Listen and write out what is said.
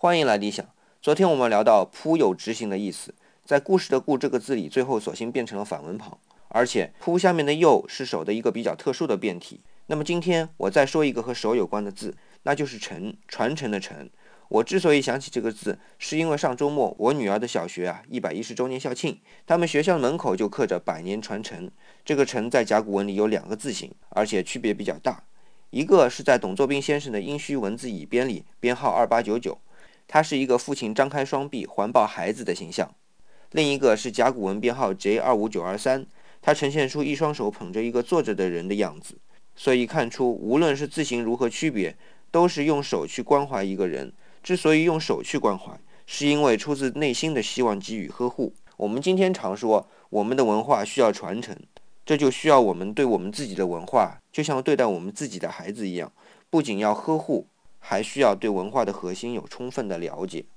欢迎来理想。昨天我们聊到扑有执行的意思，在故事的故这个字里，最后索性变成了反文旁，而且扑下面的右是手的一个比较特殊的变体。那么今天我再说一个和手有关的字，那就是承，传承的承。我之所以想起这个字，是因为上周末我女儿的小学110周年校庆，他们学校门口就刻着百年传承。这个承在甲骨文里有2个字形，而且区别比较大。一个是在董作宾先生的殷墟文字乙编里，编号2899。他是一个父亲张开双臂环抱孩子的形象。另一个是甲骨文编号 J25923，它呈现出一双手捧着一个坐着的人的样子。所以看出，无论是字形如何区别，都是用手去关怀一个人。之所以用手去关怀，是因为出自内心的希望给予呵护。我们今天常说，我们的文化需要传承，这就需要我们对我们自己的文化，就像对待我们自己的孩子一样，不仅要呵护，还需要对文化的核心有充分的了解。